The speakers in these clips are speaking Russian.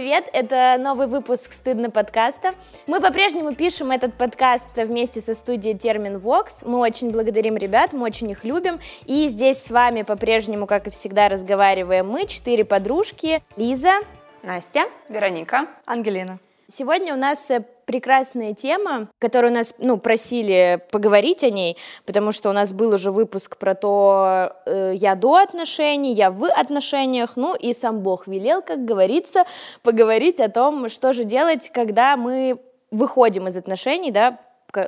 привет! Это новый выпуск «Стыдно» подкаста. Мы по-прежнему пишем этот подкаст вместе со студией Терминвокс. Мы очень благодарим ребят, мы очень их любим. И здесь с вами по-прежнему, как и всегда, разговариваем мы, 4 подружки. Лиза, Настя, Вероника, Ангелина. Сегодня у нас прекрасная тема, которую нас просили поговорить о ней, потому что у нас был уже выпуск про то, я до отношений, я в отношениях, и сам Бог велел, как говорится, поговорить о том, что же делать, когда мы выходим из отношений, да,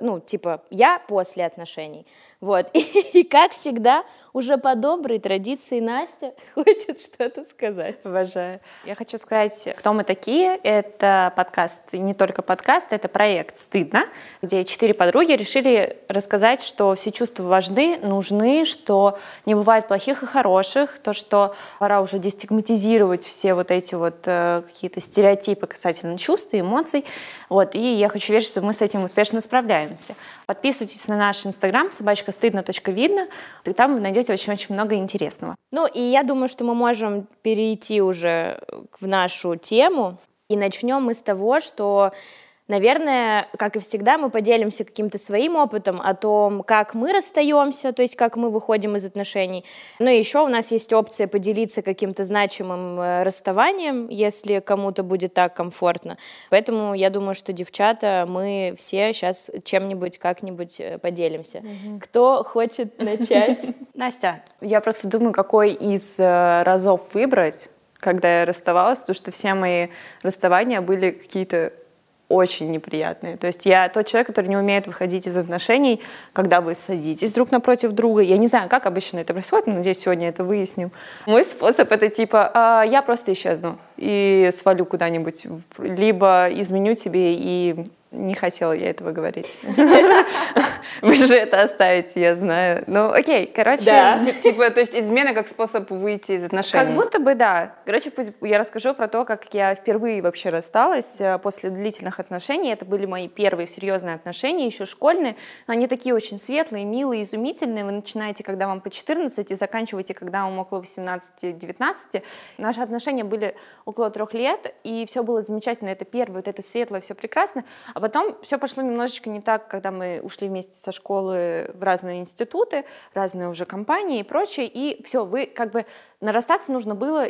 я после отношений. Вот. И как всегда, уже по доброй традиции Настя хочет что-то сказать. Обожаю. Я хочу сказать, кто мы такие. Это подкаст, не только подкаст, это проект «Стыдно», где 4 подруги решили рассказать, что все чувства важны, нужны, что не бывает плохих и хороших, то, что пора уже дестигматизировать все вот эти какие-то стереотипы касательно чувств и эмоций. Вот. И я хочу верить, что мы с этим успешно справляемся. Подписывайтесь на наш инстаграм _стыдно.видно, и там вы найдете очень-очень много интересного. И я думаю, что мы можем перейти уже в нашу тему, и начнем мы с того, что, наверное, как и всегда, мы поделимся каким-то своим опытом о том, как мы расстаемся, то есть как мы выходим из отношений. И еще у нас есть опция поделиться каким-то значимым расставанием, если кому-то будет так комфортно. Поэтому я думаю, что, девчата, мы все сейчас чем-нибудь, как-нибудь поделимся. Кто хочет начать? Настя. Я просто думаю, какой из разов выбрать, когда я расставалась, потому что все мои расставания были какие-то очень неприятные. То есть я тот человек, который не умеет выходить из отношений, когда вы садитесь друг напротив друга. Я не знаю, как обычно это происходит, но надеюсь, сегодня это выясним. Мой способ — это я просто исчезну и свалю куда-нибудь. Либо изменю тебе, и не хотела я этого говорить. Вы же это оставите, я знаю. Окей, короче. Да. То есть измена как способ выйти из отношений. Как будто бы да. Короче, я расскажу про то, как я впервые вообще рассталась после длительных отношений. Это были мои первые серьезные отношения, еще школьные. Они такие очень светлые, милые, изумительные. Вы начинаете, когда вам по 14, и заканчиваете, когда вам около 18-19. Наши отношения были около 3 лет, и все было замечательно. Это первое, это светлое, все прекрасно. А потом все пошло немножечко не так, когда мы ушли вместе со школы в разные институты, разные уже компании и прочее. И все, нарастаться нужно было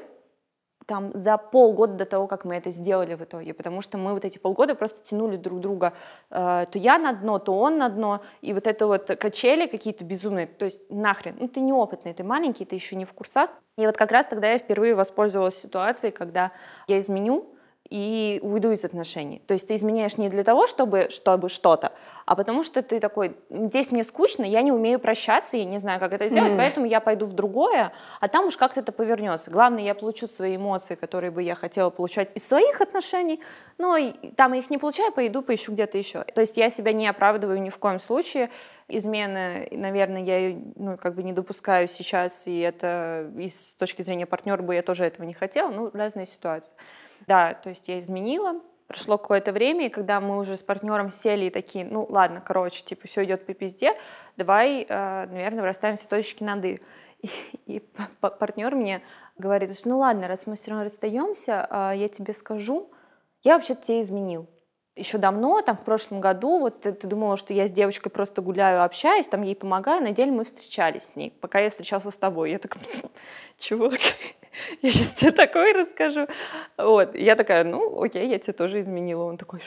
за полгода до того, как мы это сделали в итоге, потому что мы эти полгода просто тянули друг друга. То я на дно, то он на дно, и качели какие-то безумные. То есть нахрен, ты неопытный, ты маленький, ты еще не в курсах. И как раз тогда я впервые воспользовалась ситуацией, когда я изменю и уйду из отношений. То есть ты изменяешь не для того, чтобы что-то, а потому что ты такой, здесь мне скучно, я не умею прощаться, я не знаю, как это сделать, поэтому я пойду в другое, а там уж как-то это повернется. Главное, я получу свои эмоции, которые бы я хотела получать из своих отношений, и там я их не получаю, пойду поищу где-то еще. То есть я себя не оправдываю ни в коем случае. Измены, наверное, я не допускаю сейчас, и это с точки зрения партнера бы я тоже этого не хотела, разные ситуации. Да, то есть я изменила, прошло какое-то время, и когда мы уже с партнером сели и такие, ладно, все идет по пизде, давай, наверное, расставимся точки над «и». И партнер мне говорит, что ладно, раз мы все равно расстаемся, я тебе скажу, я вообще-то тебя изменил. Еще давно, в прошлом году, ты думала, что я с девочкой просто гуляю, общаюсь, ей помогаю, на деле мы встречались с ней, пока я встречался с тобой. Я такая, чувак, я сейчас тебе такое расскажу. Я такая, окей, я тебя тоже изменила. Он такой,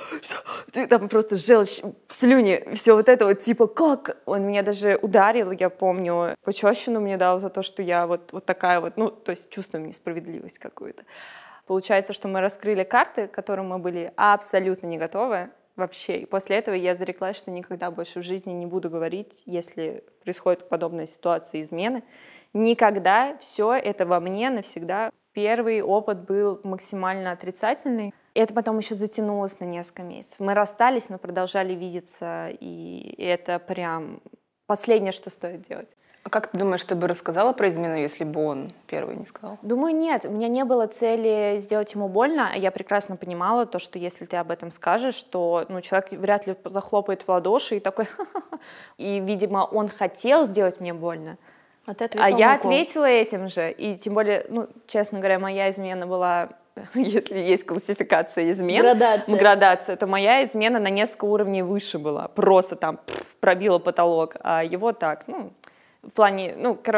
ты там просто желчь, слюни, все как? Он меня даже ударил, я помню, пощечину мне дал за то, что я такая то есть чувствуем несправедливость какую-то. Получается, что мы раскрыли карты, к которым мы были абсолютно не готовы вообще. И после этого я зареклась, что никогда больше в жизни не буду говорить, если происходит подобная ситуация измены. Никогда. Все это во мне навсегда. Первый опыт был максимально отрицательный. И это потом еще затянулось на несколько месяцев. Мы расстались, но продолжали видеться, и это прям последнее, что стоит делать. А как ты думаешь, ты бы рассказала про измену, если бы он первый не сказал? Думаю, нет. У меня не было цели сделать ему больно. Я прекрасно понимала то, что если ты об этом скажешь, то человек вряд ли захлопает в ладоши и такой ха-ха-ха. И, видимо, он хотел сделать мне больно. А я ответила этим же. И тем более, честно говоря, моя измена была если есть классификация измен, градация, то моя измена на несколько уровней выше была. Просто там пробила потолок, а его так, в плане,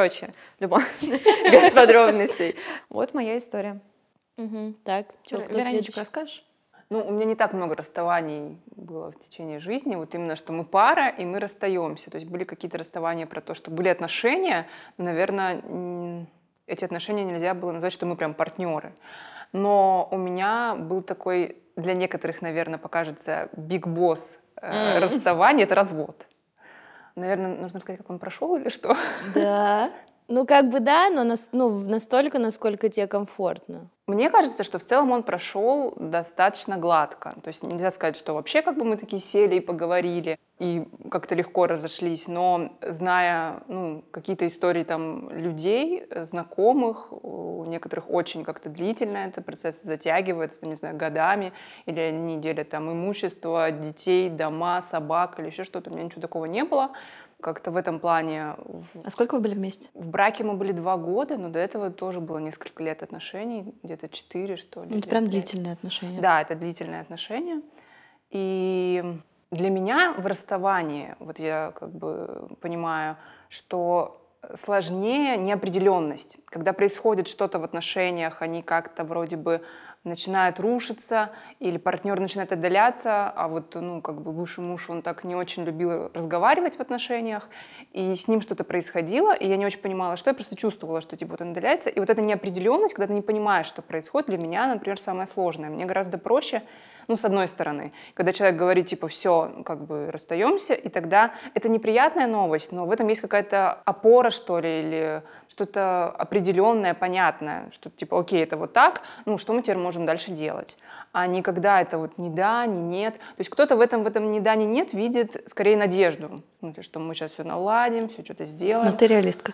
без подробностей. Вот моя история. Так, Вероничка, расскажешь? У меня не так много расставаний было в течение жизни, вот именно, что мы пара, и мы расстаемся. То есть были какие-то расставания про то, что были отношения, но, наверное, эти отношения нельзя было назвать, что мы прям партнеры. Но у меня был такой, для некоторых, наверное, покажется, big boss расставание, это развод. Наверное, нужно сказать, как он прошел или что? Да. Да, но настолько, насколько тебе комфортно. Мне кажется, что в целом он прошел достаточно гладко. То есть нельзя сказать, что вообще мы такие сели и поговорили, и как-то легко разошлись. Но зная какие-то истории там людей, знакомых, у некоторых очень как-то длительно этот процесс затягивается, не знаю, годами, или они делят там имущество, детей, дома, собак или еще что-то. У меня ничего такого не было. Как-то в этом плане... А сколько вы были вместе? В браке мы были 2 года, но до этого тоже было несколько лет отношений, где-то 4, что ли. Это прям длительные отношения. Да, это длительные отношения. И для меня в расставании, вот я понимаю, что сложнее неопределенность. Когда происходит что-то в отношениях, они как-то вроде бы начинают рушиться, или партнер начинает отдаляться, а бывший муж, он так не очень любил разговаривать в отношениях, и с ним что-то происходило, и я не очень понимала, что, я просто чувствовала, что он отдаляется, и вот эта неопределенность, когда ты не понимаешь, что происходит, для меня, например, самое сложное. Мне гораздо проще, с одной стороны, когда человек говорит, все, расстаемся, и тогда это неприятная новость, но в этом есть какая-то опора, что ли, или что-то определенное, понятное, что окей, это вот так, что мы теперь можем дальше делать? А не когда это ни да, ни нет. То есть кто-то в этом ни да, ни нет видит скорее надежду, в смысле, что мы сейчас все наладим, все что-то сделаем. Но ты реалистка.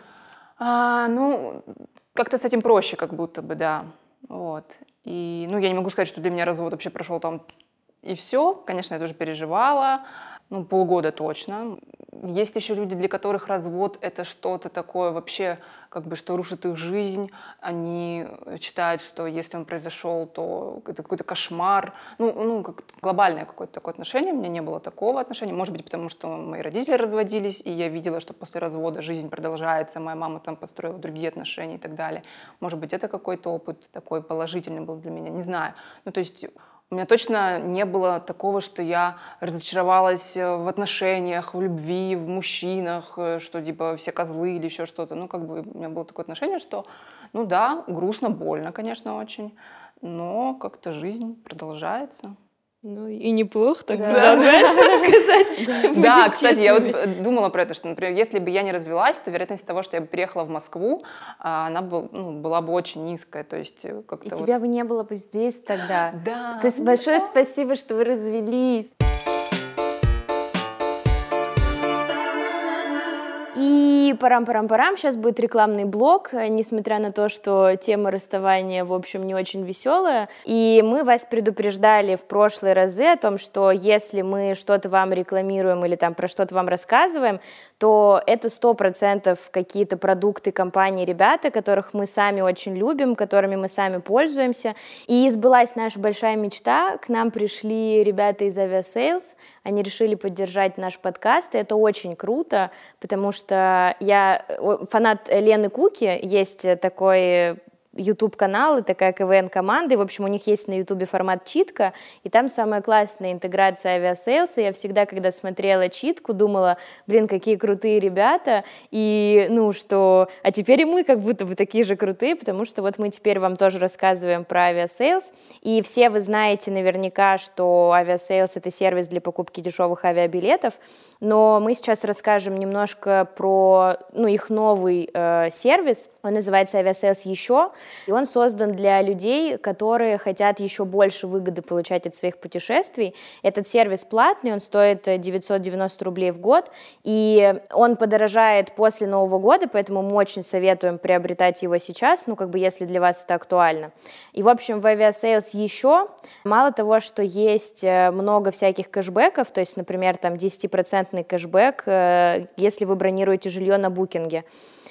Как-то с этим проще, как будто бы, да. Вот. И, я не могу сказать, что для меня развод вообще прошел там и все. Конечно, я тоже переживала. Полгода точно. Есть еще люди, для которых развод — это что-то такое вообще, что рушит их жизнь. Они считают, что если он произошел, то это какой-то кошмар. Как глобальное какое-то такое отношение. У меня не было такого отношения. Может быть, потому что мои родители разводились, и я видела, что после развода жизнь продолжается. Моя мама там построила другие отношения и так далее. Может быть, это какой-то опыт такой положительный был для меня. Не знаю. То есть... У меня точно не было такого, что я разочаровалась в отношениях, в любви, в мужчинах, что все козлы или еще что-то. У меня было такое отношение, что, да, грустно, больно, конечно, очень, но как-то жизнь продолжается. И неплохо так продолжается, сказать. Да, кстати, я думала про это, что, например, если бы я не развелась, то вероятность того, что я бы переехала в Москву, она была бы очень низкая. То есть как-то тебя бы не было бы здесь тогда. Да. То есть большое спасибо, что вы развелись. И парам-парам-парам, сейчас будет рекламный блок, несмотря на то, что тема расставания, в общем, не очень веселая. И мы вас предупреждали в прошлые разы о том, что если мы что-то вам рекламируем или там про что-то вам рассказываем, то это 100% какие-то продукты компании ребята, которых мы сами очень любим, которыми мы сами пользуемся. И сбылась наша большая мечта. К нам пришли ребята из Aviasales, они решили поддержать наш подкаст, и это очень круто, потому что я фанат Лены Куки, есть такой YouTube-канал и такая КВН-команда, и, в общем, у них есть на YouTube формат читка, и там самая классная интеграция Aviasales, и я всегда, когда смотрела читку, думала, какие крутые ребята, и, а теперь и мы как будто бы такие же крутые, потому что вот мы теперь вам тоже рассказываем про Aviasales, и все вы знаете наверняка, что Aviasales — это сервис для покупки дешевых авиабилетов, но мы сейчас расскажем немножко про их новый сервис. Он называется Aviasales Еще, и он создан для людей, которые хотят еще больше выгоды получать от своих путешествий. Этот сервис платный, он стоит 990 рублей в год, и он подорожает после Нового года, поэтому мы очень советуем приобретать его сейчас, если для вас это актуально. И, в общем, в Aviasales Еще мало того, что есть много всяких кэшбэков, то есть, например, там 10% кэшбэк, если вы бронируете жилье на букинге.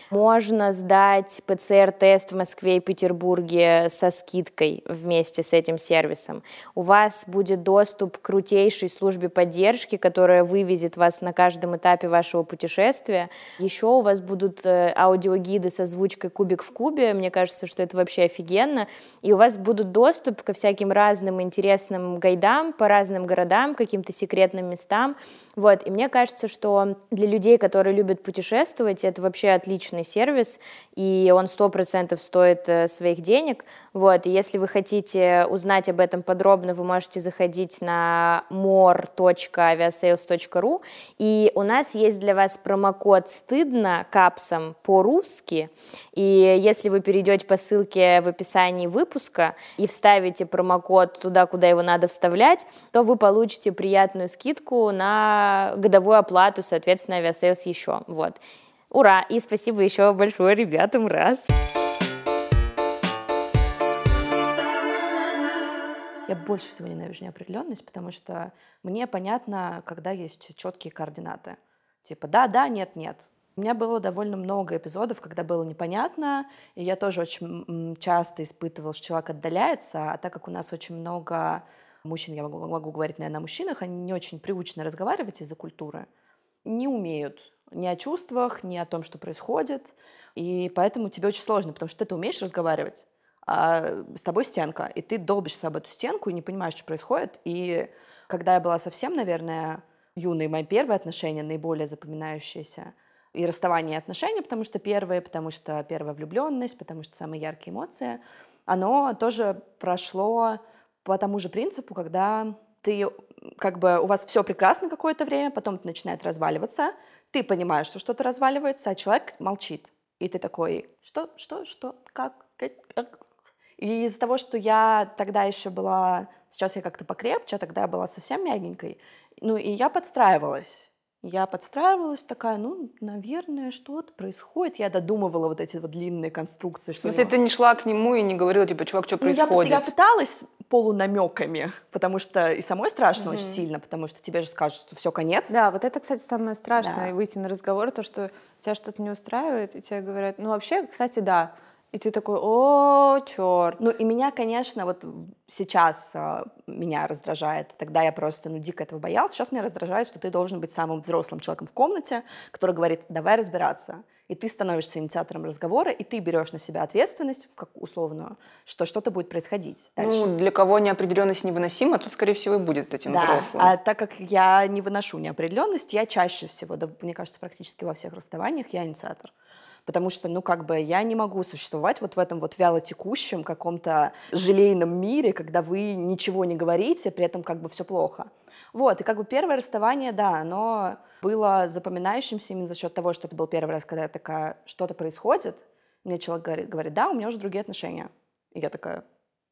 Можно сдать ПЦР-тест в Москве и Петербурге со скидкой вместе с этим сервисом. У вас будет доступ к крутейшей службе поддержки, которая вывезет вас на каждом этапе вашего путешествия. Еще у вас будут аудиогиды с озвучкой «Кубик в кубе». Мне кажется, что это вообще офигенно. И у вас будут доступ ко всяким разным интересным гайдам по разным городам, каким-то секретным местам. Вот. И мне кажется, что для людей, которые любят путешествовать, это вообще отличный сервис, и он 100% стоит своих денег. Вот. И если вы хотите узнать об этом подробно, вы можете заходить на more.aviasales.ru, и у нас есть для вас промокод «Стыдно» капсом по-русски, и если вы перейдете по ссылке в описании выпуска и вставите промокод туда, куда его надо вставлять, то вы получите приятную скидку на годовую оплату, соответственно, Aviasales еще. Вот. Ура! И спасибо еще большое ребятам, раз! Я больше всего ненавижу неопределенность, потому что мне понятно, когда есть четкие координаты. Типа да, нет. У меня было довольно много эпизодов, когда было непонятно, и я тоже очень часто испытывала, что человек отдаляется, а так как у нас очень много мужчин, я могу говорить, наверное, о мужчинах, они не очень привычны разговаривать из-за культуры, не умеют ни о чувствах, ни о том, что происходит, и поэтому тебе очень сложно, потому что ты умеешь разговаривать, а с тобой стенка, и ты долбишься об эту стенку и не понимаешь, что происходит. И когда я была совсем, наверное, юной, мои первые отношения, наиболее запоминающиеся, и расставание и отношения, потому что первая влюбленность, потому что самые яркие эмоции, оно тоже прошло по тому же принципу, когда ты, у вас все прекрасно какое-то время, потом это начинает разваливаться, ты понимаешь, что что-то разваливается, а человек молчит. И ты такой, что, как? И из-за того, что я тогда еще была, сейчас я как-то покрепче, а тогда я была совсем мягенькой, и я подстраивалась. Такая, наверное, что-то происходит. Я додумывала вот эти вот длинные конструкции. Что если ты не шла к нему и не говорила, чувак, что происходит? Я пыталась полунамеками, потому что и самой страшно очень сильно, потому что тебе же скажут, что все, конец. Да, вот это, кстати, самое страшное, выйти на разговор, то, что тебя что-то не устраивает, и тебе говорят, вообще, кстати, да. И ты такой, о, черт. И меня, конечно, вот сейчас меня раздражает, тогда я просто, дико этого боялась, сейчас меня раздражает, что ты должен быть самым взрослым человеком в комнате, который говорит, давай разбираться. И ты становишься инициатором разговора, и ты берешь на себя ответственность, как условную, что что-то будет происходить дальше. Для кого неопределенность невыносима, тут, скорее всего, и будет этим взрослым. А так как я не выношу неопределенность, я чаще всего, мне кажется, практически во всех расставаниях я инициатор. Потому что, я не могу существовать вот в этом вот вялотекущем каком-то желейном мире, когда вы ничего не говорите, при этом все плохо. Вот, и первое расставание, да, оно было запоминающимся именно за счет того, что это был первый раз, когда я такая, что-то происходит, мне человек говорит, да, у меня уже другие отношения. И я такая...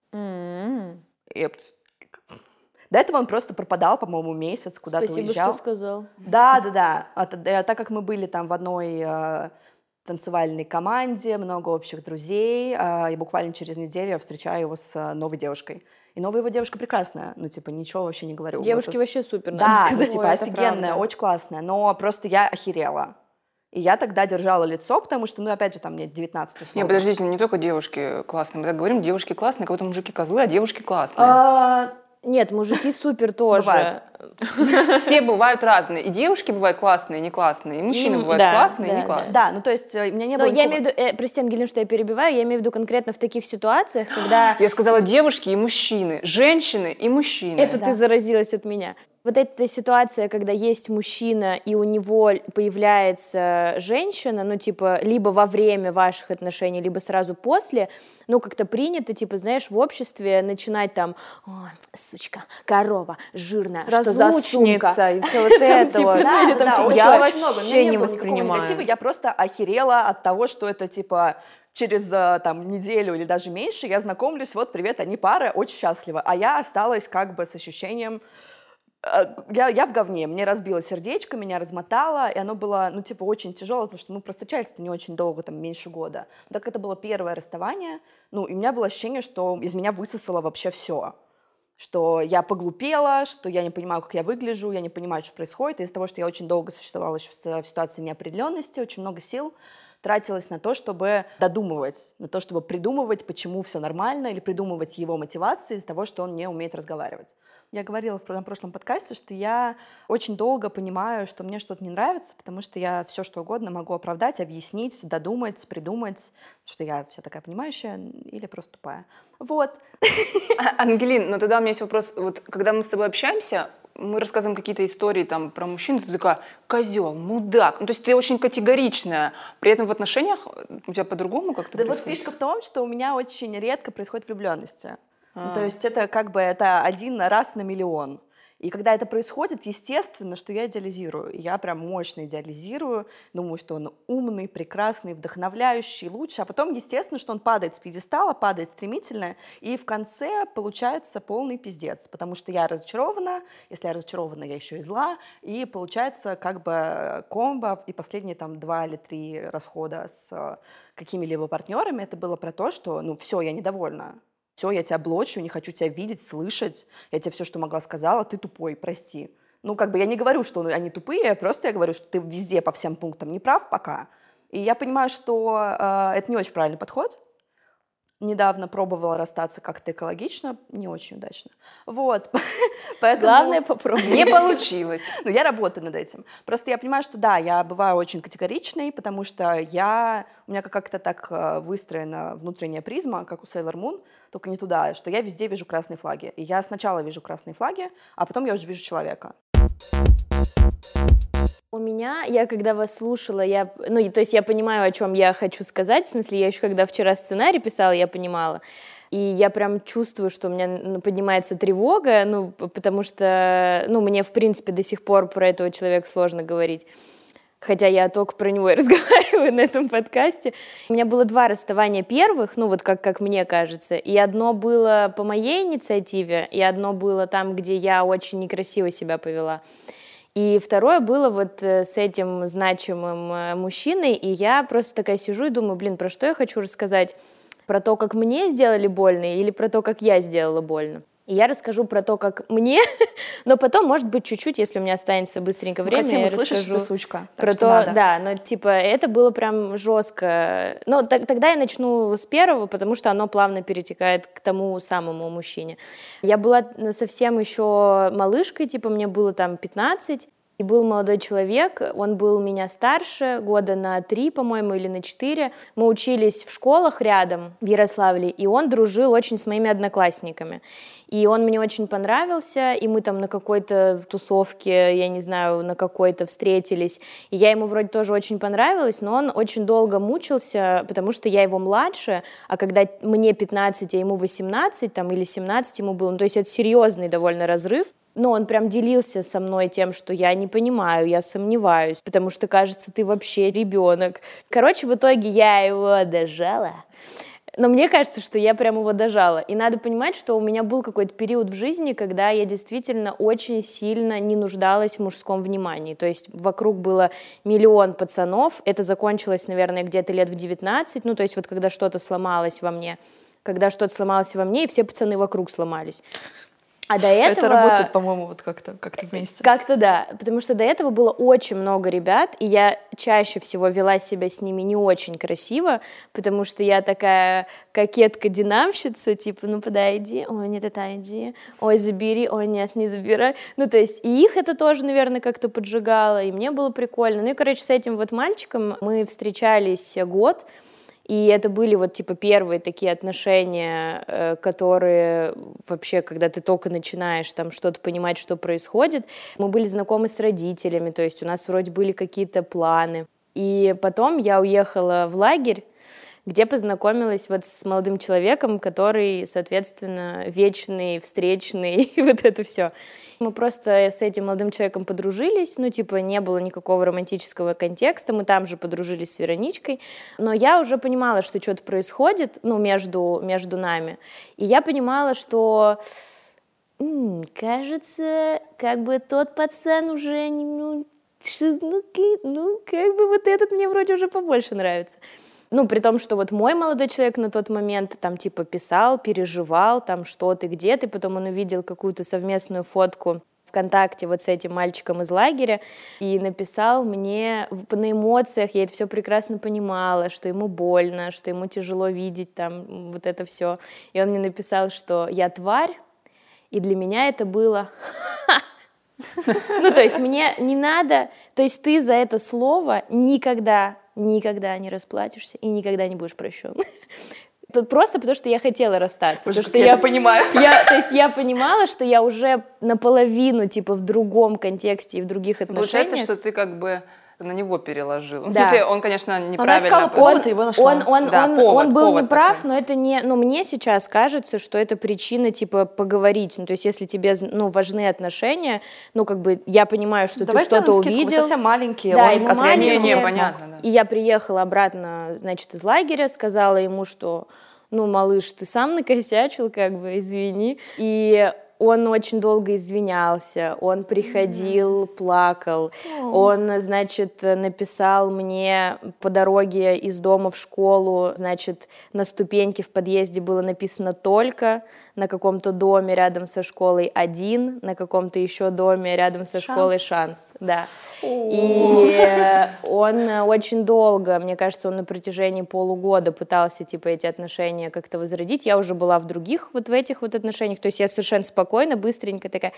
До этого он просто пропадал, по-моему, месяц, куда-то уезжал. Спасибо, что сказал. Да. Так как мы были там в одной... танцевальной команде, много общих друзей, и буквально через неделю я встречаю его с новой девушкой. И новая его девушка прекрасная, ничего вообще не говорю. Девушки вообще супер, надо сказать. Да, офигенная, очень классная, но просто я охерела. И я тогда держала лицо, потому что, опять же, там мне 19 снова. Нет, подождите, не только девушки классные, мы так говорим, девушки классные, как будто мужики козлы, а девушки классные. Нет, мужики супер тоже. Все бывают разные. И девушки бывают классные, и не классные, и мужчины бывают классные, и не классные. Да, то есть у меня не было я имею в виду, прости, Ангелина, что я перебиваю, я имею в виду конкретно в таких ситуациях, когда... Я сказала девушки и мужчины, женщины и мужчины. Это ты заразилась от меня. Вот эта ситуация, когда есть мужчина, и у него появляется женщина, либо во время ваших отношений, либо сразу после, как-то принято, знаешь, в обществе начинать там, ой, сучка, корова, жирная, что за сумка? И все вот это вот. Я вообще не воспринимаю. Я просто охерела от того, что это, через неделю или даже меньше я знакомлюсь, вот, привет, они пара, очень счастливы. А я осталась с ощущением... Я в говне, мне разбило сердечко, меня размотало, и оно было, очень тяжело, потому что мы встречались-то не очень долго, меньше года. Так это было первое расставание, и у меня было ощущение, что из меня высосало вообще все. Что я поглупела, что я не понимаю, как я выгляжу, я не понимаю, что происходит. И из-за того, что я очень долго существовала в ситуации неопределенности, очень много сил тратилось на то, чтобы додумывать, на то, чтобы придумывать, почему все нормально, или придумывать его мотивации из-за того, что он не умеет разговаривать. Я говорила на прошлом подкасте, что я очень долго понимаю, что мне что-то не нравится, потому что я все что угодно могу оправдать, объяснить, додумать, придумать, что я вся такая понимающая или просто тупая. Вот. Ангелин, но тогда у меня есть вопрос. Вот когда мы с тобой общаемся, мы рассказываем какие-то истории там про мужчин, ты такая: козел, мудак. Ну, то есть ты очень категоричная. При этом в отношениях у тебя по-другому как-то происходит? Вот фишка в том, что у меня очень редко происходит влюбленности. То есть это как бы это один раз на миллион. И когда это происходит, естественно, что я идеализирую. Я прям мощно идеализирую, думаю, что он умный, прекрасный, вдохновляющий, лучший. А потом, естественно, что он падает с пьедестала, падает стремительно, и в конце получается полный пиздец, потому что я разочарована, если я разочарована, я еще и зла, и получается как бы комбо, и последние там 2 или 3 расхода с какими-либо партнерами, это было про то, что, ну, все, я недовольна. Все, я тебя блочу, не хочу тебя видеть, слышать. Я тебе все, что могла, сказала, ты тупой, прости. Ну, как бы я не говорю, что они тупые, просто я говорю, что ты везде по всем пунктам не прав пока. И я понимаю, что это не очень правильный подход. Недавно пробовала расстаться как-то экологично, не очень удачно. Вот. Поэтому... Главное попробовать. Не получилось. Ну, я работаю над этим. Просто я понимаю, что да, я бываю очень категоричной, потому что у меня как-то так выстроена внутренняя призма, как у Sailor Moon, только не туда, что я везде вижу красные флаги. И я сначала вижу красные флаги, а потом я уже вижу человека. У меня, я когда вас слушала, то есть я понимаю, о чем я хочу сказать, в смысле, я еще когда вчера сценарий писала, я понимала, и я прям чувствую, что у меня поднимается тревога, потому что, мне, в принципе, до сих пор про этого человека сложно говорить, хотя я только про него и разговариваю на этом подкасте. У меня было 2 расставания первых, как мне кажется, и одно было по моей инициативе, и одно было там, где я очень некрасиво себя повела. И второе было вот с этим значимым мужчиной, и я просто такая сижу и думаю, про что я хочу рассказать? Про то, как мне сделали больно, или про то, как я сделала больно? И я расскажу про то, как мне, но потом, может быть, чуть-чуть, если у меня останется быстренько время, хотим я услышать, расскажу что ты сучка. про то, надо. да, это было прям жестко. Но тогда я начну с первого, потому что оно плавно перетекает к тому самому мужчине. Я была совсем еще малышкой, мне было там 15, и был молодой человек, он был меня старше, года на 3, по-моему, или на 4. Мы учились в школах рядом, в Ярославле, и он дружил очень с моими одноклассниками. И он мне очень понравился, и мы там на какой-то тусовке, я не знаю, на какой-то встретились. И я ему вроде тоже очень понравилась, но он очень долго мучился, потому что я его младше, а когда мне 15, а ему 18, или 17 ему было, то есть это серьезный довольно разрыв. Но он прям делился со мной тем, что я не понимаю, я сомневаюсь, потому что, кажется, ты вообще ребенок. Короче, в итоге я его дожала. Но мне кажется, что я прям его дожала. И надо понимать, что у меня был какой-то период в жизни, когда я действительно очень сильно не нуждалась в мужском внимании. То есть вокруг было миллион пацанов. Это закончилось, наверное, где-то лет в 19. То есть вот когда что-то сломалось во мне. И все пацаны вокруг сломались. А до этого... Это работает, по-моему, вот как-то вместе. Как-то да, потому что до этого было очень много ребят, и я чаще всего вела себя с ними не очень красиво, потому что я такая кокетка-динамщица, подойди, ой, нет, отойди, ой, забери, ой, нет, не забирай. То есть и их это тоже, наверное, как-то поджигало, и мне было прикольно. С этим вот мальчиком мы встречались год, и это были первые такие отношения, которые вообще, когда ты только начинаешь там что-то понимать, что происходит, мы были знакомы с родителями, то есть у нас вроде были какие-то планы. И потом я уехала в лагерь, где познакомилась с молодым человеком, который, соответственно, вечный, встречный, и вот это все. Мы просто с этим молодым человеком подружились, не было никакого романтического контекста, мы там же подружились с Вероничкой, но я уже понимала, что что-то происходит, между нами, и я понимала, что, кажется, тот пацан уже, вот этот мне вроде уже побольше нравится. При том, что мой молодой человек на тот момент писал, переживал, что ты, где ты, потом он увидел какую-то совместную фотку ВКонтакте вот с этим мальчиком из лагеря и написал мне на эмоциях, я это все прекрасно понимала, что ему больно, что ему тяжело видеть там вот это все. И он мне написал, что я тварь, и для меня это было... Ну, то есть мне не надо... То есть ты за это слово никогда не расплатишься и никогда не будешь прощен. Просто потому, что я хотела расстаться. Потому что я это понимаю. То есть я понимала, что я уже наполовину, типа, в другом контексте и в других отношениях. Получается, что ты как бы на него переложила. Да. В смысле, он, конечно, неправильно... Она искала повод, и его нашла. Он был повод неправ, такой. но это не... Ну, мне сейчас кажется, что это причина, типа, поговорить. Ну, то есть если тебе, ну, важны отношения, ну, как бы, я понимаю, что Давай ты что-то увидел. Вы совсем маленькие, да, он ему отреагировал. маленькие. Понятно, да. И я приехала обратно, значит, из лагеря, сказала ему, что, ну, малыш, ты сам накосячил, как бы, извини. И он очень долго извинялся, он приходил, плакал, он, значит, написал мне по дороге из дома в школу, значит, на ступеньке в подъезде было написано «только», на каком-то доме рядом со школой «один», на каком-то еще доме рядом со школой «шанс», да. И он очень долго, мне кажется, он на протяжении полугода пытался, типа, эти отношения как-то возродить. Я уже была в других вот в этих вот отношениях, то есть я совершенно спокойно, быстренько такая,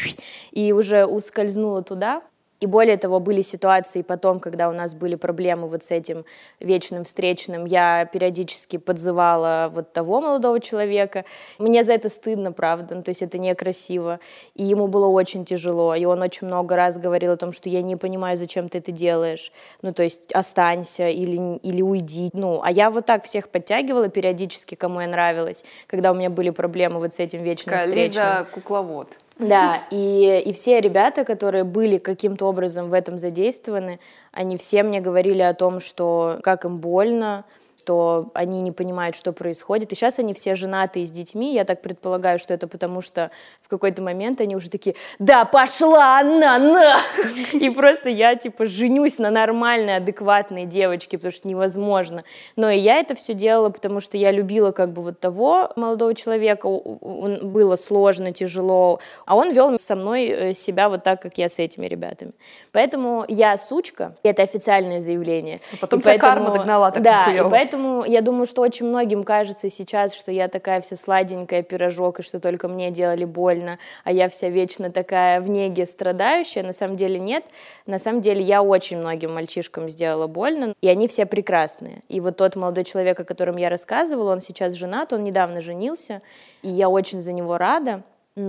и уже ускользнула туда. И более того, были ситуации потом, когда у нас были проблемы вот с этим вечным встречным, я периодически подзывала вот того молодого человека. Мне за это стыдно, правда, ну, то есть это некрасиво. И ему было очень тяжело, и он очень много раз говорил о том, что я не понимаю, зачем ты это делаешь, ну, то есть останься или уйди. Ну, а я вот так всех подтягивала периодически, кому я нравилась, когда у меня были проблемы вот с этим вечным встречным. Лиза кукловод. Да, и все ребята, которые были каким-то образом в этом задействованы, они все мне говорили о том, что как им больно, что они не понимают, что происходит. И сейчас они все женаты и с детьми. Я так предполагаю, что это потому, что в какой-то момент они уже такие: да, пошла она, на! И просто я, типа, женюсь на нормальной, адекватной девочке, потому что невозможно. Но и я это все делала, потому что я любила как бы вот того молодого человека. Было сложно, тяжело. А он вел со мной себя вот так, как я с этими ребятами. Поэтому я сучка. Это официальное заявление. Потом тебя карма догнала так да, нихуёво. И поэтому я думаю, что очень многим кажется сейчас, что я такая вся сладенькая, пирожок, и что только мне делали больно, а я вся вечно такая в неге страдающая. На самом деле нет. На самом деле я очень многим мальчишкам сделала больно, и они все прекрасные. И вот тот молодой человек, о котором я рассказывала, он сейчас женат, он недавно женился, и я очень за него рада.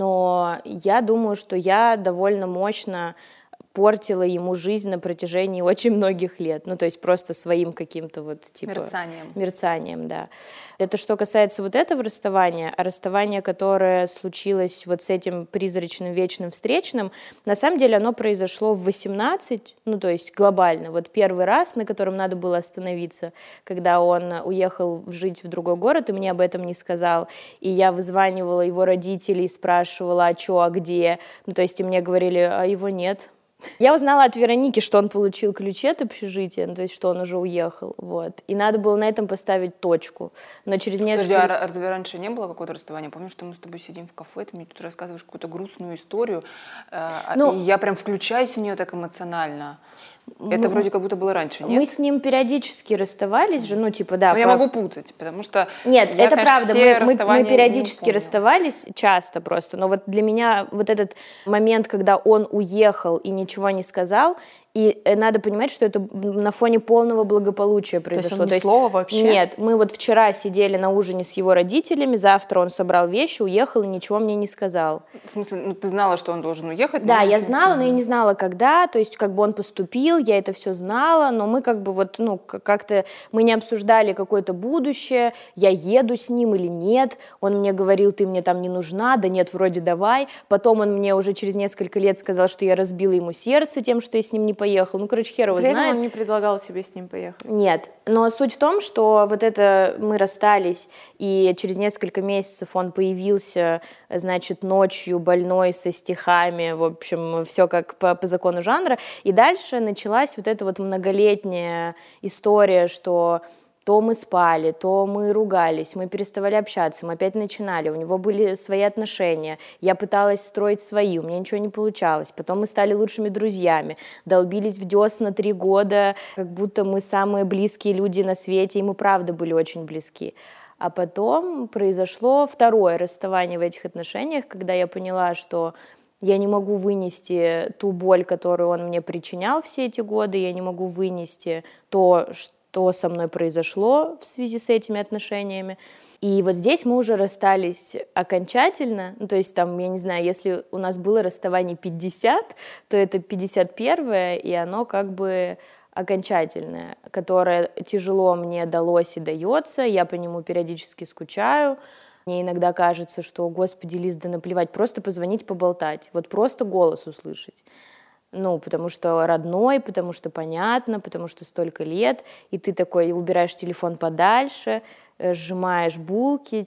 Но я думаю, что я довольно мощно портила ему жизнь на протяжении очень многих лет. Ну, то есть просто своим каким-то вот, типа... Мерцанием, да. Это что касается вот этого расставания, а расставание, которое случилось вот с этим призрачным вечным встречным, на самом деле оно произошло в 18, ну, то есть глобально. Вот первый раз, на котором надо было остановиться, когда он уехал жить в другой город и мне об этом не сказал, и я вызванивала его родителей, спрашивала, а чё, а где, ну, то есть и мне говорили, а его нет. Я узнала от Вероники, что он получил ключи от общежития, ну, то есть что он уже уехал, вот. И надо было на этом поставить точку. Но через несколько... Подожди, а разве раньше не было какого-то расставания? Помню, что мы с тобой сидим в кафе, ты мне тут рассказываешь какую-то грустную историю, и я прям включаюсь в нее так эмоционально. Это вроде как будто было раньше, нет? Мы с ним периодически расставались же, ну, типа, да. Но я могу путать, потому что... Нет, я, это конечно, правда, мы периодически расставались, часто просто, но вот для меня вот этот момент, когда он уехал и ничего не сказал, и надо понимать, что это на фоне полного благополучия произошло. То есть он ни слова вообще? Нет, мы вот вчера сидели на ужине с его родителями, завтра он собрал вещи, уехал и ничего мне не сказал. В смысле, ну, ты знала, что он должен уехать? Да, я знала, но я не знала, когда, то есть как бы он поступил, я это все знала, но мы как бы вот, ну, как-то мы не обсуждали какое-то будущее, я еду с ним или нет, он мне говорил, ты мне там не нужна, да нет, вроде давай, потом он мне уже через несколько лет сказал, что я разбила ему сердце тем, что я с ним не поехал, ну, короче, хер его знает. При этом он не предлагал тебе с ним поехать? Нет, но суть в том, что вот это мы расстались, и через несколько месяцев он появился, значит, ночью больной со стихами, в общем, все как по закону жанра, и дальше началась вот эта вот многолетняя история, что То мы спали, то мы ругались, мы переставали общаться, мы опять начинали, у него были свои отношения, я пыталась строить свои, у меня ничего не получалось, потом мы стали лучшими друзьями, долбились в десна 3 года, как будто мы самые близкие люди на свете, и мы правда были очень близки. А потом произошло второе расставание в этих отношениях, когда я поняла, что я не могу вынести ту боль, которую он мне причинял все эти годы, я не могу вынести то, что со мной произошло в связи с этими отношениями. И вот здесь мы уже расстались окончательно, ну, то есть там, я не знаю, если у нас было расставание 50, то это 51-е, и оно как бы окончательное, которое тяжело мне далось и дается, я по нему периодически скучаю. Мне иногда кажется, что, господи, Лиз, да наплевать, просто позвонить, поболтать, вот просто голос услышать. Ну, потому что родной, потому что понятно, потому что столько лет, и ты такой убираешь телефон подальше, сжимаешь булки,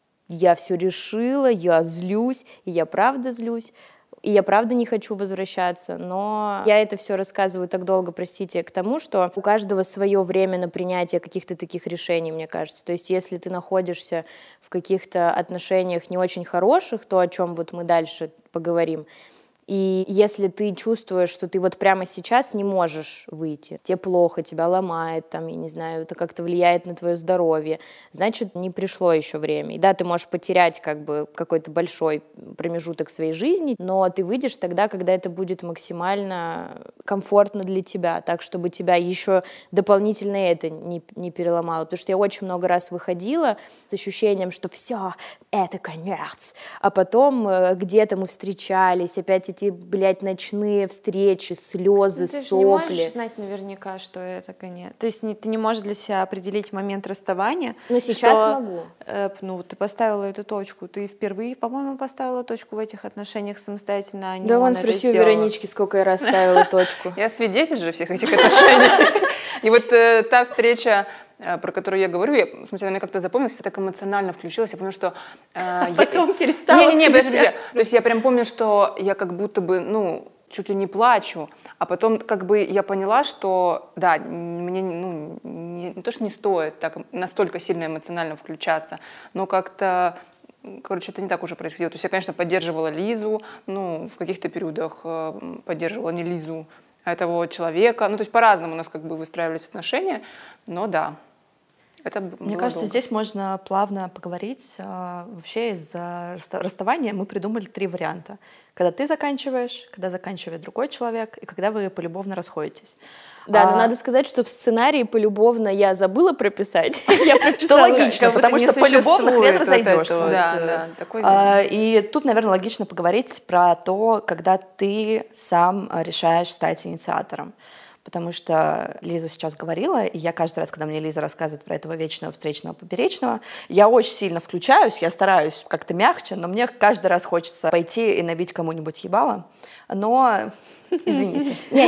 я все решила, я злюсь, и я правда злюсь, и я правда не хочу возвращаться, но я это все рассказываю так долго, простите, к тому, что у каждого свое время на принятие каких-то таких решений, мне кажется. То есть если ты находишься в каких-то отношениях не очень хороших, то, о чем вот мы дальше поговорим, и если ты чувствуешь, что ты вот прямо сейчас не можешь выйти, тебе плохо, тебя ломает, там, я не знаю, это как-то влияет на твое здоровье, значит, не пришло еще время. И да, ты можешь потерять как бы какой-то большой промежуток своей жизни, но ты выйдешь тогда, когда это будет максимально комфортно для тебя, так, чтобы тебя еще дополнительно это не переломало. Потому что я очень много раз выходила с ощущением, что все, это конец. А потом где-то мы встречались, опять эти, блядь, ночные встречи, слезы, ты сопли. Ты не можешь знать наверняка, что это конец. То есть ты не можешь для себя определить момент расставания. Но сейчас что, могу. Ну, ты поставила эту точку. Ты впервые, по-моему, поставила точку в этих отношениях самостоятельно, а не Да он вон это спроси у сделал. Веронички, сколько я раз ставила точку. Я свидетель же всех этих отношений. И вот та встреча, про которую я говорю, в смысле, она мне как-то запомнилась, я так эмоционально включилась, я помню, что... Потом перестала подожди. То есть я прям помню, что я как будто бы, ну, чуть ли не плачу, а потом как бы я поняла, что, да, мне, ну, не то, что не стоит так настолько сильно эмоционально включаться, но как-то... Короче, это не так уже происходило. То есть я, конечно, поддерживала Лизу, ну, в каких-то периодах поддерживала не Лизу, а этого человека. Ну, то есть по-разному у нас как бы выстраивались отношения, но да. Это Мне кажется, долго. здесь можно плавно поговорить. Вообще из-за расставания мы придумали 3 варианта. Когда ты заканчиваешь, когда заканчивает другой человек, и когда вы полюбовно расходитесь. Да, но надо сказать, что в сценарии полюбовно я забыла прописать. Что логично, потому что полюбовно хрен разойдешься. Да, такой. И тут, наверное, логично поговорить про то, когда ты сам решаешь стать инициатором. Потому что Лиза сейчас говорила, и я каждый раз, когда мне Лиза рассказывает про этого вечного встречного поперечного, я очень сильно включаюсь, я стараюсь как-то мягче, но мне каждый раз хочется пойти и набить кому-нибудь ебало. Но извините. Не,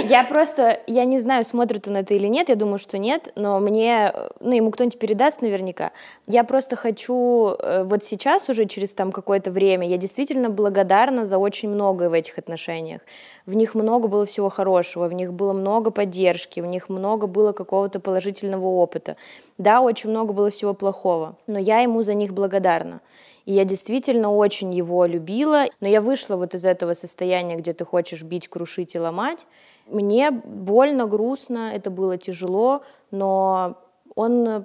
я не знаю, смотрит он это или нет, я думаю, что нет, но мне, ну, ему кто-нибудь передаст наверняка. Я просто хочу, вот сейчас уже через там какое-то время, я действительно благодарна за очень многое в этих отношениях. В них много было всего хорошего, в них было много поддержки, в них много было какого-то положительного опыта. Да, очень много было всего плохого, но я ему за них благодарна. И я действительно очень его любила, но я вышла вот из этого состояния, где ты хочешь бить, крушить и ломать. Мне больно, грустно, это было тяжело, но он...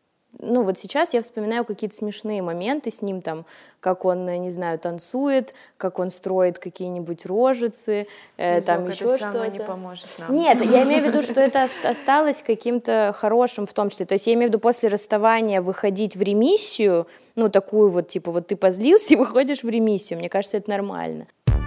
Ну вот сейчас я вспоминаю какие-то смешные моменты с ним, там, как он, не знаю, танцует, как он строит какие-нибудь рожицы, там еще что-то. Это не поможет нам. Нет, я имею в виду, что это осталось каким-то хорошим в том числе. То есть я имею в виду после расставания выходить в ремиссию, ну такую вот, типа, вот ты позлился и выходишь в ремиссию. Мне кажется, это нормально.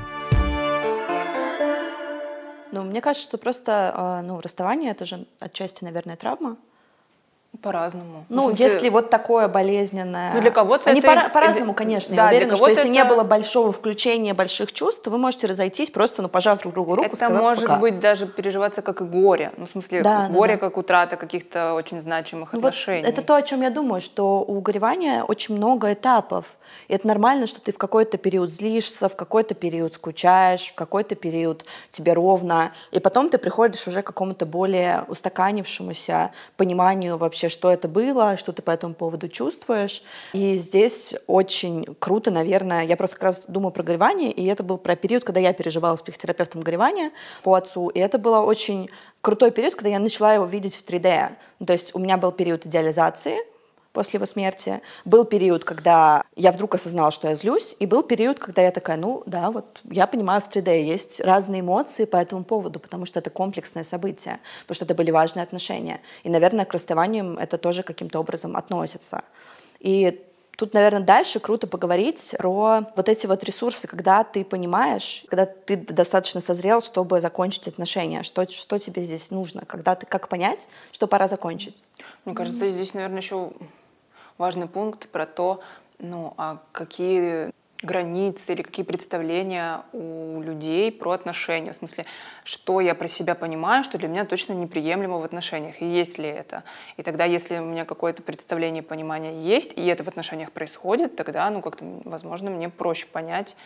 Ну, мне кажется, что просто расставание — это же отчасти, наверное, травма. По-разному. Ну, смысле... если вот такое болезненное... Ну, для кого-то Они это... по-разному, конечно. Да, я уверена, что если это... не было большого включения, больших чувств, вы можете разойтись просто, пожав друг другу руку, это сказав может пока. быть даже переживаться как и горе. Ну, в смысле, горе как утрата каких-то очень значимых отношений. Вот это то, о чем я думаю, что у горевания очень много этапов. И это нормально, что ты в какой-то период злишься, в какой-то период скучаешь, в какой-то период тебе ровно. И потом ты приходишь уже к какому-то более устаканившемуся пониманию вообще, вообще, что это было, что ты по этому поводу чувствуешь. И здесь очень круто, наверное, я просто как раз думаю про горевание, и это был про период, когда я переживала с психотерапевтом горевание по отцу, и это было очень крутой период, когда я начала его видеть в 3D. То есть у меня был период идеализации после его смерти, был период, когда я вдруг осознала, что я злюсь, и был период, когда я такая, ну да, вот я понимаю, в 3D есть разные эмоции по этому поводу, потому что это комплексное событие, потому что это были важные отношения. И, наверное, к расставаниям это тоже каким-то образом относится. И тут, наверное, дальше круто поговорить про вот эти вот ресурсы, когда ты понимаешь, когда ты достаточно созрел, чтобы закончить отношения, что тебе здесь нужно, когда ты, как понять, что пора закончить. Мне кажется, здесь, наверное, еще важный пункт про то, а какие границы или какие представления у людей про отношения. В смысле, что я про себя понимаю, что для меня точно неприемлемо в отношениях, и есть ли это. И тогда, если у меня какое-то представление, понимание есть, и это в отношениях происходит, тогда, как-то, возможно, мне проще понять,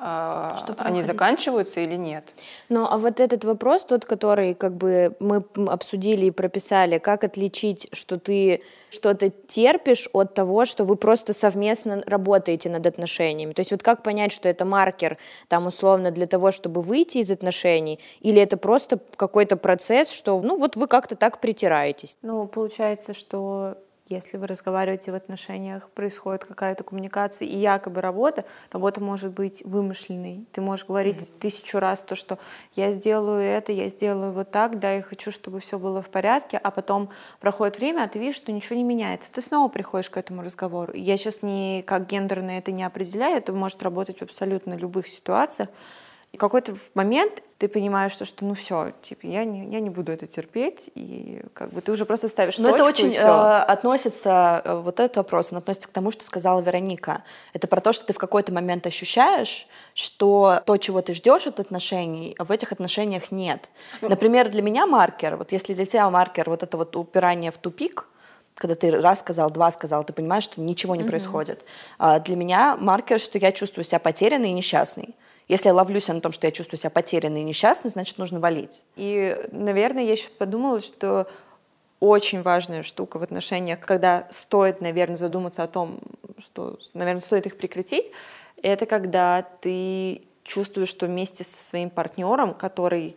они заканчиваются или нет. Ну, а вот этот вопрос, тот, который как бы мы обсудили и прописали, как отличить, что ты что-то терпишь от того, что вы просто совместно работаете над отношениями. То есть вот как понять, что это маркер, там, условно, для того, чтобы выйти из отношений, или это просто какой-то процесс, что, вот вы как-то так притираетесь? Получается, что если вы разговариваете в отношениях, происходит какая-то коммуникация и якобы работа может быть вымышленной. Ты можешь говорить 1000 раз то, что я сделаю это, я сделаю вот так, да, я хочу, чтобы все было в порядке, а потом проходит время, а ты видишь, что ничего не меняется. Ты снова приходишь к этому разговору. Я сейчас не как гендерно это не определяю, это может работать в абсолютно любых ситуациях. И в какой-то момент ты понимаешь, что все, я не буду это терпеть, и как бы ты уже просто ставишь точку. Но это очень относится, вот этот вопрос, он относится к тому, что сказала Вероника. Это про то, что ты в какой-то момент ощущаешь, что то, чего ты ждешь от отношений, в этих отношениях нет. Например, для меня маркер, вот если для тебя маркер вот это вот упирание в тупик, когда ты раз сказал, два сказал, ты понимаешь, что ничего не происходит. Для меня маркер, что я чувствую себя потерянной и несчастной. Если я ловлюсь на том, что я чувствую себя потерянной и несчастной, значит, нужно валить. И, наверное, я еще подумала, что очень важная штука в отношениях, когда стоит, наверное, задуматься о том, что, наверное, стоит их прекратить, это когда ты чувствуешь, что вместе со своим партнером, который,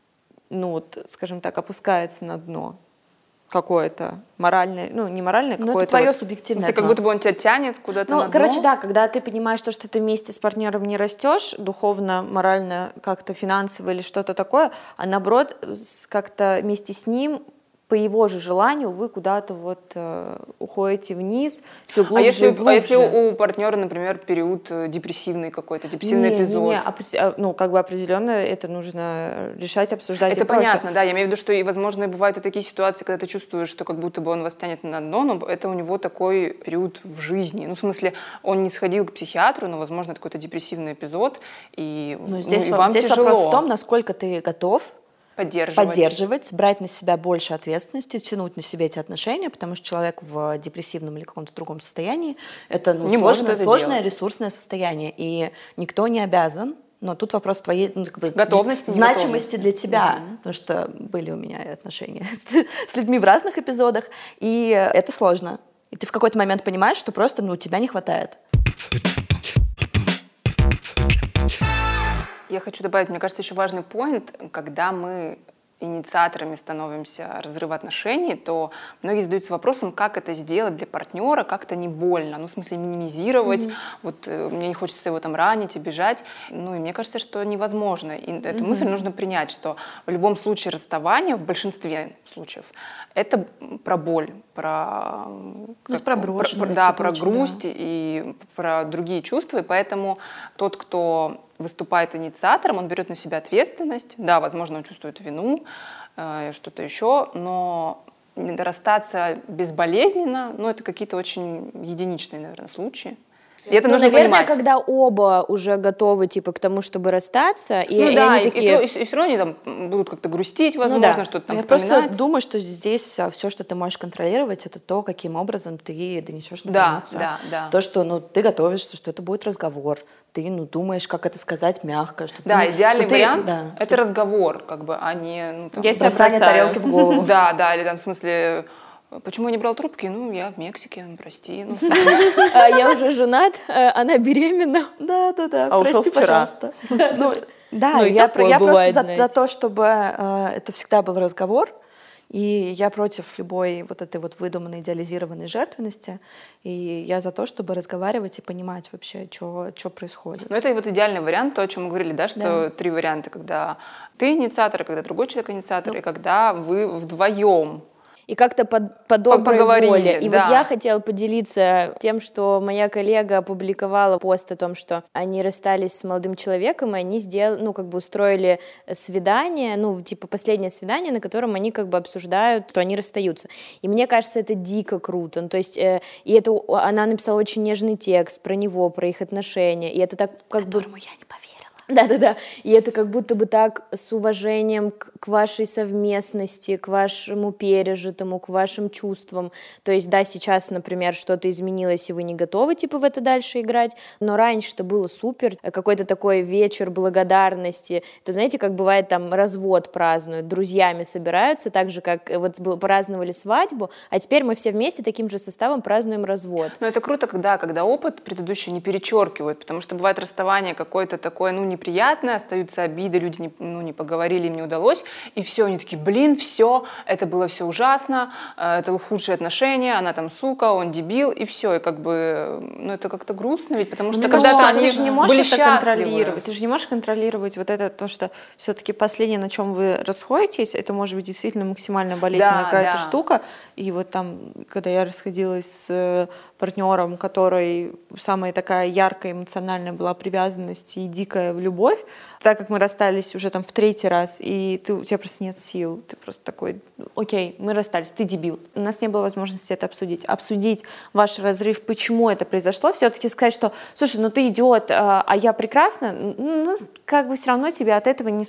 скажем так, опускается на дно, какое-то моральное, не моральное, какое-то... Но это твое субъективное. Как будто бы он тебя тянет куда-то на дно. Да, когда ты понимаешь, что ты вместе с партнером не растешь, духовно, морально, как-то финансово или что-то такое, а наоборот, как-то вместе с ним по его же желанию вы куда-то уходите вниз, все глубже и глубже. А если у партнера, например, период депрессивный какой-то, депрессивный эпизод? Определенно это нужно решать, обсуждать. Это понятно, да. Я имею в виду, что, и, возможно, бывают и такие ситуации, когда ты чувствуешь, что как будто бы он вас тянет на дно, но это у него такой период в жизни. В смысле, он не сходил к психиатру, но, возможно, это какой-то депрессивный эпизод, и здесь вам здесь тяжело. Вопрос в том, насколько ты готов поддерживать, брать на себя больше ответственности, тянуть на себя эти отношения, потому что человек в депрессивном или каком-то другом состоянии — это сложное ресурсное состояние, и никто не обязан. Но тут вопрос твоей готовности, значимости для тебя, потому что были у меня отношения с людьми в разных эпизодах, и это сложно. И ты в какой-то момент понимаешь, что просто тебя не хватает. Я хочу добавить, мне кажется, еще важный поинт, когда мы инициаторами становимся разрыва отношений, то многие задаются вопросом, как это сделать для партнера, как-то не больно, в смысле минимизировать, мне не хочется его там ранить, обижать, и мне кажется, что невозможно. И эту мысль нужно принять, что в любом случае расставание, в большинстве случаев, это про боль, про грусть и про другие чувства, и поэтому тот, кто выступает инициатором, он берет на себя ответственность, да, возможно, он чувствует вину, что-то еще, но расстаться безболезненно, это какие-то очень единичные, наверное, случаи. И это нужно наверное, понимать. когда оба уже готовы к тому, чтобы расстаться, и они такие... и все равно они там будут как-то грустить, возможно, что-то там вспоминать. Я просто думаю, что здесь все, что ты можешь контролировать, это то, каким образом ты донесешь информацию. Да. То, что ты готовишься, что это будет разговор, ты думаешь, как это сказать мягко. Что идеальный вариант — это разговор, а не... бросание тарелки в голову. Да, или там, в смысле... Почему я не брал трубки? Ну, я в Мексике, прости. Ну, Я уже женат, она беременна. Да, А ушел прости, вчера. пожалуйста. Ну, да, Ну, и я такое просто бывает, за знаете. то, чтобы это всегда был разговор, и я против любой вот этой вот выдуманной, идеализированной жертвенности, и я за то, чтобы разговаривать и понимать вообще, что происходит. Ну, это вот идеальный вариант, то, о чем мы говорили, да, что 3 варианта, когда ты инициатор, когда другой человек инициатор, и когда вы вдвоем. И как-то по доброй Поговорили, воле. И да. вот я хотела поделиться тем, что моя коллега опубликовала пост о том, что они расстались с молодым человеком, и они сделали, ну, как бы устроили свидание, ну, типа последнее свидание, на котором они как бы обсуждают, что они расстаются. И мне кажется, это дико круто. Ну, то есть, и это она написала очень нежный текст про него, про их отношения, и это так как бы... Которому я не поверила. Да-да-да, и это как будто бы так с уважением к вашей совместности, к вашему пережитому, к вашим чувствам. То есть, да, сейчас, например, что-то изменилось, и вы не готовы, типа, в это дальше играть, но раньше-то было супер, какой-то такой вечер благодарности. Это, знаете, как бывает там развод празднуют, друзьями собираются, так же, как вот праздновали свадьбу, а теперь мы все вместе таким же составом празднуем развод. Но это круто, когда опыт предыдущий не перечеркивают, потому что бывает расставание какое-то такое, ну, неприятное, остаются обиды, люди не поговорили, им не удалось, и все, они такие, блин, все, это было все ужасно, это худшие отношения, она там сука, он дебил, и все, и как бы, ну, это как-то грустно, ведь потому что когда-то они ты же не можешь были это счастливы. контролировать. Ты же не можешь контролировать вот это, то, что все-таки последнее, на чем вы расходитесь, это может быть действительно максимально болезненная какая-то штука. И вот там, когда я расходилась с партнером, который самая такая яркая эмоциональная была привязанность и дикая любовь, так как мы расстались уже там в 3-й раз, и у тебя просто нет сил, ты просто такой, окей, мы расстались, ты дебил. У нас не было возможности это обсудить ваш разрыв, почему это произошло, все-таки сказать, что, слушай, ну ты идиот, а я прекрасна, ну, как бы все равно тебе от этого не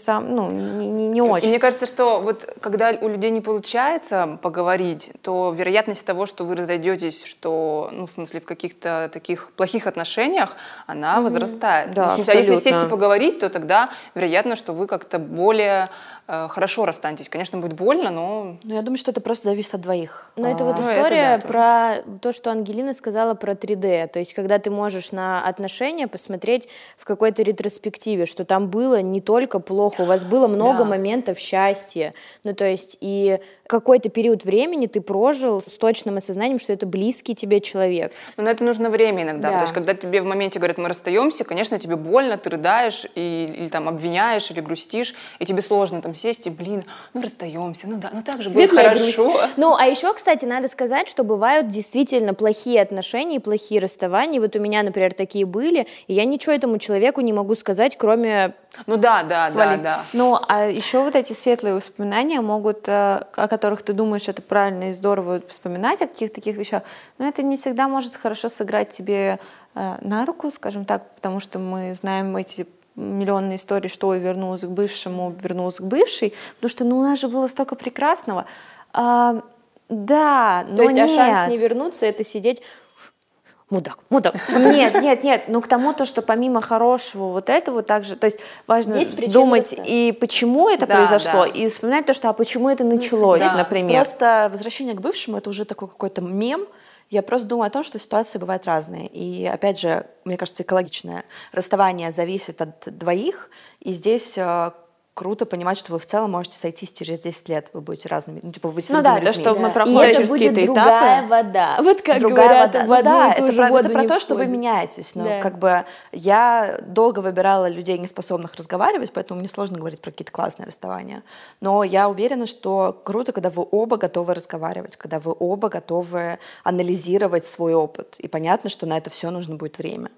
очень. И мне кажется, что вот когда у людей не получается поговорить, то вероятность того, что вы разойдетесь, что, ну, в смысле, в каких-то таких плохих отношениях, она возрастает. Да, В смысле, а если абсолютно. сесть и поговорить, то тогда вероятно, что вы как-то более хорошо расстанетесь. Конечно, будет больно, но... Ну, я думаю, что это просто зависит от двоих. Но это вот Ну, это история да, про то, что Ангелина сказала про 3D. То есть, когда ты можешь на отношения посмотреть в какой-то ретроспективе, что там было не только плохо, у вас было много моментов счастья. Ну, то есть, и какой-то период времени ты прожил с точным осознанием, что это близкий тебе человек. Но на это нужно время иногда. Да. То есть, когда тебе в моменте говорят, мы расстаемся, конечно, тебе больно, ты рыдаешь или там обвиняешь, или грустишь, и тебе сложно там сесть и, блин, ну расстаемся, ну да, ну так же будет Светлая хорошо. грусть. Ну, а еще, кстати, надо сказать, что бывают действительно плохие отношения и плохие расставания. Вот у меня, например, такие были, и я ничего этому человеку не могу сказать, кроме... Ну да. Ну, а еще вот эти светлые воспоминания могут, о которых ты думаешь, это правильно и здорово вспоминать, о каких-то таких вещах, но это не всегда может хорошо сыграть тебе на руку, скажем так, потому что мы знаем эти миллионные истории, что вернулась к бывшему, вернулась к бывшей, потому что, ну, у нас же было столько прекрасного. Да, но То есть, нет. а шанс не вернуться — это сидеть... Мудак. Нет, ну к тому, то, что помимо хорошего вот этого также, то есть важно Есть причины думать расстаться. и почему это Да, произошло, да. и вспоминать то, что, а почему это началось, Да. например. Просто возвращение к бывшему — это уже такой какой-то мем. Я просто думаю о том, что ситуации бывают разные. И, опять же, мне кажется, экологичное расставание зависит от двоих. И здесь круто понимать, что вы в целом можете сойтись через 10 лет. Вы будете разными, ну, типа, вы будете Ну да, другими то, людьми. что мы И проходим это через будет какие-то другая этапы. вода. Вот как Другая говорят, вода. в одну Да, и ту это же про, воду это про не то, что вы входит. меняетесь. Но Да. как бы я долго выбирала людей, неспособных разговаривать, поэтому мне сложно говорить про какие-то классные расставания. Но я уверена, что круто, когда вы оба готовы разговаривать, когда вы оба готовы анализировать свой опыт. И понятно, что на это все нужно будет время.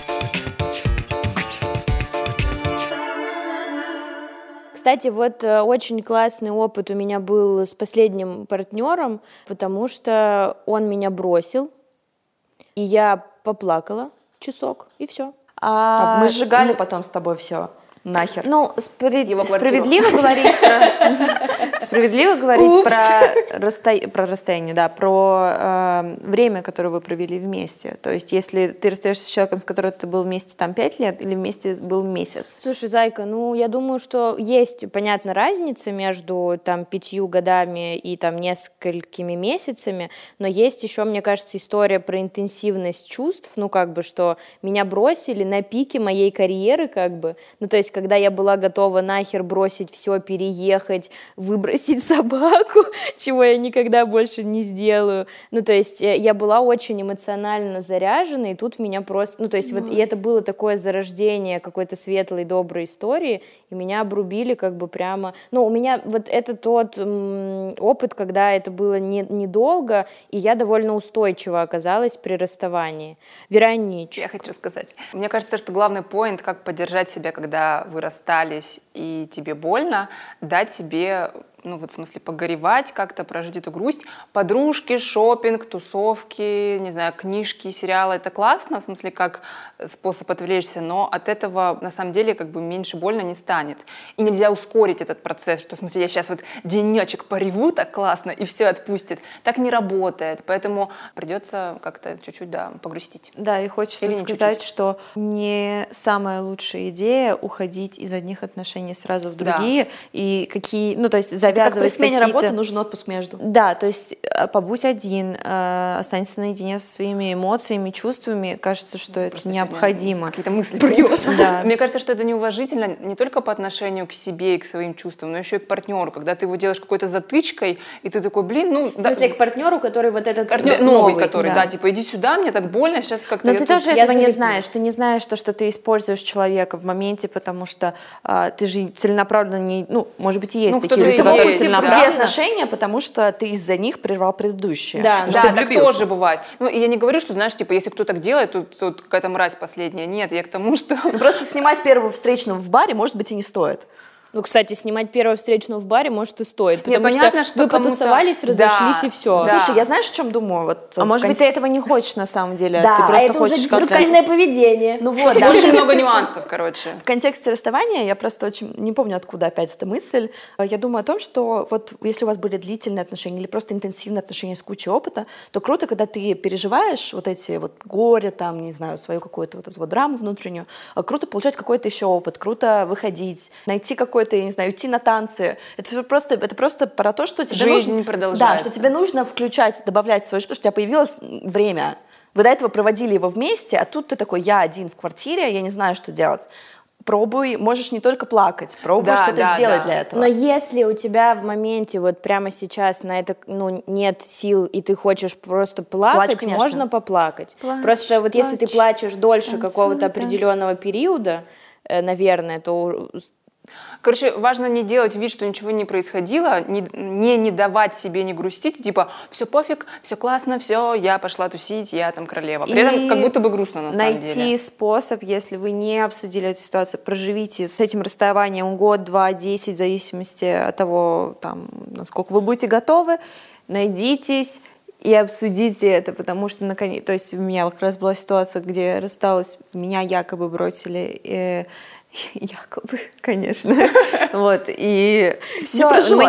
Кстати, вот очень классный опыт у меня был с последним партнером, потому что он меня бросил, и я поплакала часок, и все. Мы сжигали потом с тобой все нахер. Ну, Его квартиру. справедливо справедливо говорить про расстояние, да, про время, которое вы провели вместе? То есть если ты расстаешься с человеком, с которым ты был вместе там 5 лет, или вместе был месяц? Слушай, Зайка, ну, я думаю, что есть, понятно, разница между там 5 годами и там несколькими месяцами, но есть еще, мне кажется, история про интенсивность чувств, ну, как бы, что меня бросили на пике моей карьеры, как бы, ну, то есть, когда я была готова нахер бросить все, переехать, выбросить собаку, чего я никогда больше не сделаю, ну, то есть, я была очень эмоционально заряжена, и тут меня просто, ну, то есть, вот, и это было такое зарождение какой-то светлой, доброй истории, и меня обрубили как бы прямо, ну, у меня вот это тот опыт, когда это было недолго, и я довольно устойчиво оказалась при расставании. Веронич. Я хочу сказать. Мне кажется, что главный поинт, как поддержать себя, когда вы расстались и тебе больно, дать себе, ну вот в смысле погоревать, как-то прожить эту грусть. Подружки, шопинг, тусовки, не знаю, книжки, сериалы — это классно, в смысле как способ отвлечься, но от этого на самом деле как бы меньше больно не станет. И нельзя ускорить этот процесс, что в смысле я сейчас вот денечек пореву так классно и все отпустит. Так не работает, поэтому придется как-то чуть-чуть, да, погрустить. Да, и хочется сказать, что не самая лучшая идея уходить из одних отношений сразу в другие, и какие, ну то есть завязывать как при смене какие-то... работы нужен отпуск между. Да, то есть побудь один, останься наедине со своими эмоциями, чувствами. Кажется, что это необходимо. Какие-то мысли прет. Да. Мне кажется, что это неуважительно не только по отношению к себе и к своим чувствам, но еще и к партнеру. Когда ты его делаешь какой-то затычкой, и ты такой, блин, ну... В смысле, к партнеру, который вот этот новый, который, да, типа, иди сюда, мне так больно, сейчас как-то... Но ты тоже этого не знаешь. Ты не знаешь то, что ты используешь человека в моменте, потому что ты же целенаправленно не... Ну, может быть, и есть такие люди, которые целенаправленно... отношения, потому что ты из-за них прервал предыдущие. Да, так тоже бывает. Ну, и я не говорю, что, знаешь, типа, если кто так делает, то какая-то мразь последняя. Нет, я к тому, что... Просто снимать первого встречного в баре, может быть, и не стоит. Ну, кстати, снимать первого встречного в баре, может, и стоит, потому понятно, что вы потусовались, разошлись, и все. Да. Слушай, я знаешь, о чем думаю? Вот может быть, ты этого не хочешь на самом деле, да. ты просто это хочешь уже деструктивное поведение. Ну вот, да. Очень много нюансов, короче. В контексте расставания я просто очень не помню, откуда опять эта мысль. Я думаю о том, что вот если у вас были длительные отношения или просто интенсивные отношения с кучей опыта, то круто, когда ты переживаешь вот эти вот горе, там, не знаю, свою какую-то вот эту вот драму внутреннюю, круто получать какой-то еще опыт, круто выходить, найти какой-то, я не знаю, идти на танцы. Это просто про то, что тебе жизнь нужно... продолжается. Да, что тебе нужно включать, добавлять в свою жизнь, потому что у тебя появилось время. Вы до этого проводили его вместе, а тут ты такой, я один в квартире, я не знаю, что делать. Пробуй, можешь не только плакать, пробуй что-то сделать для этого. Но если у тебя в моменте, вот прямо сейчас на это, ну, нет сил, и ты хочешь просто плакать, можно поплакать. Просто вот если ты плачешь дольше какого-то определенного периода, наверное, то... Короче, важно не делать вид, что ничего не происходило, не давать себе не грустить, типа, все пофиг, все классно, все, я пошла тусить, я там королева. При этом как будто бы грустно на самом деле. Найти способ, если вы не обсудили эту ситуацию, проживите с этим расставанием год, 2, 10, в зависимости от того, там, насколько вы будете готовы, найдитесь и обсудите это, потому что, наконец, то есть у меня как раз была ситуация, где я рассталась, меня якобы бросили, якобы, конечно. Вот, и все, мы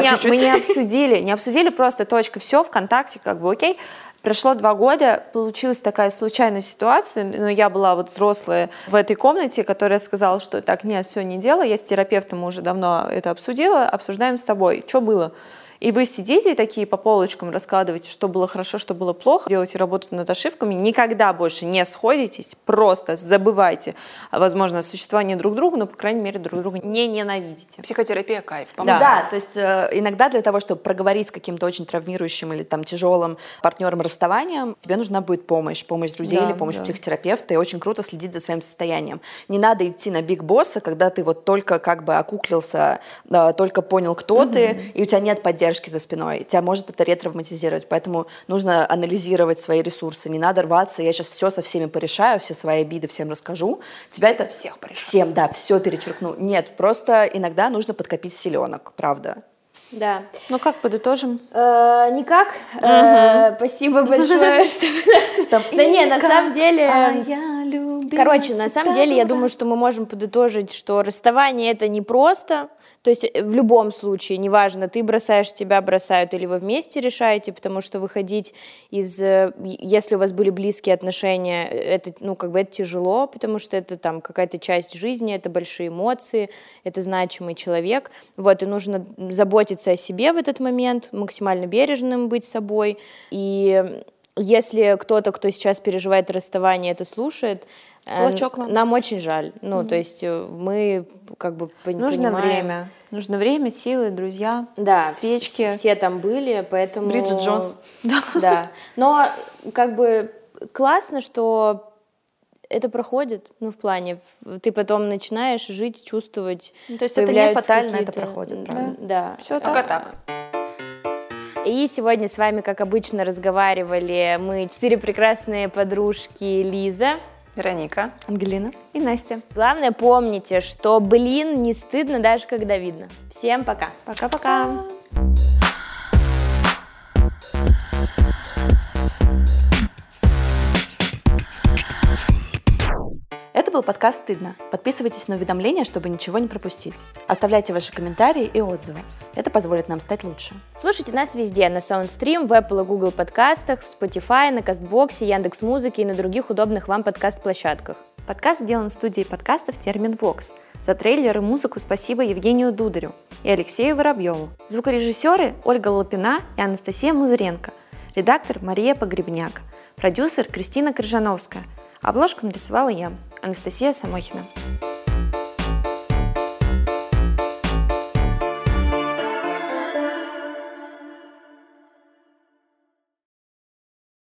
не обсудили, просто точка, все, ВКонтакте, как бы, окей. Прошло 2 года, получилась такая случайная ситуация, но я была вот взрослая в этой комнате, которая сказала, что так, нет, все, не делай, я с терапевтом уже давно это обсудила, обсуждаем с тобой, что было. И вы сидите и такие по полочкам раскладываете, что было хорошо, что было плохо, делаете работу над ошибками, никогда больше не сходитесь, просто забывайте, возможно, существование друг друга, но, по крайней мере, друг друга не ненавидите. Психотерапия — кайф. Да, то есть иногда для того, чтобы проговорить с каким-то очень травмирующим или там тяжелым партнером расставанием, тебе нужна будет помощь друзей или помощь психотерапевта, и очень круто следить за своим состоянием. Не надо идти на биг босса, когда ты вот только как бы окуклился, только понял, кто ты, и у тебя нет поддержки за спиной. Тебя может это ретравматизировать, поэтому нужно анализировать свои ресурсы. Не надо рваться, я сейчас все со всеми порешаю, все свои обиды всем расскажу. Тебя это... Всем, да, все перечеркну. Нет, просто иногда нужно подкопить силенок, правда. Да. Ну как, подытожим? Никак. Спасибо большое, что вы нас... Да не, на самом деле... Короче, на самом деле, я думаю, что мы можем подытожить, что расставание — это не просто. То есть в любом случае, неважно, ты бросаешь, тебя бросают, или вы вместе решаете, потому что выходить из... Если у вас были близкие отношения, это, это тяжело, потому что это там какая-то часть жизни, это большие эмоции, это значимый человек. Вот, и нужно заботиться о себе в этот момент, максимально бережным быть собой. И если кто-то, кто сейчас переживает расставание, это слушает, нам очень жаль. То есть мы понимаем... Нужно время, силы, друзья, да, свечки. Все там были, поэтому... Бриджит Джонс. Да. Но классно, что это проходит, в плане, ты потом начинаешь жить, чувствовать. То есть это не фатально, это проходит, правда? Да. Все только так. И сегодня с вами, как обычно, разговаривали мы 4 прекрасные подружки: Лиза, Вероника, Ангелина и Настя. Главное, помните, что, не стыдно, даже когда видно. Всем пока. Пока-пока. Это был подкаст «Стыдно». Подписывайтесь на уведомления, чтобы ничего не пропустить. Оставляйте ваши комментарии и отзывы. Это позволит нам стать лучше. Слушайте нас везде: на Soundstream, в Apple и Google подкастах, в Spotify, на Кастбоксе, Яндекс.Музыке и на других удобных вам подкаст-площадках. Подкаст сделан студией подкастов «Терминвокс». За трейлер и музыку спасибо Евгению Дударю и Алексею Воробьеву. Звукорежиссеры Ольга Лапина и Анастасия Музыренко. Редактор Мария Погребняк. Продюсер Кристина Крыжановская. Обложку нарисовала я, Анастасия Самохина.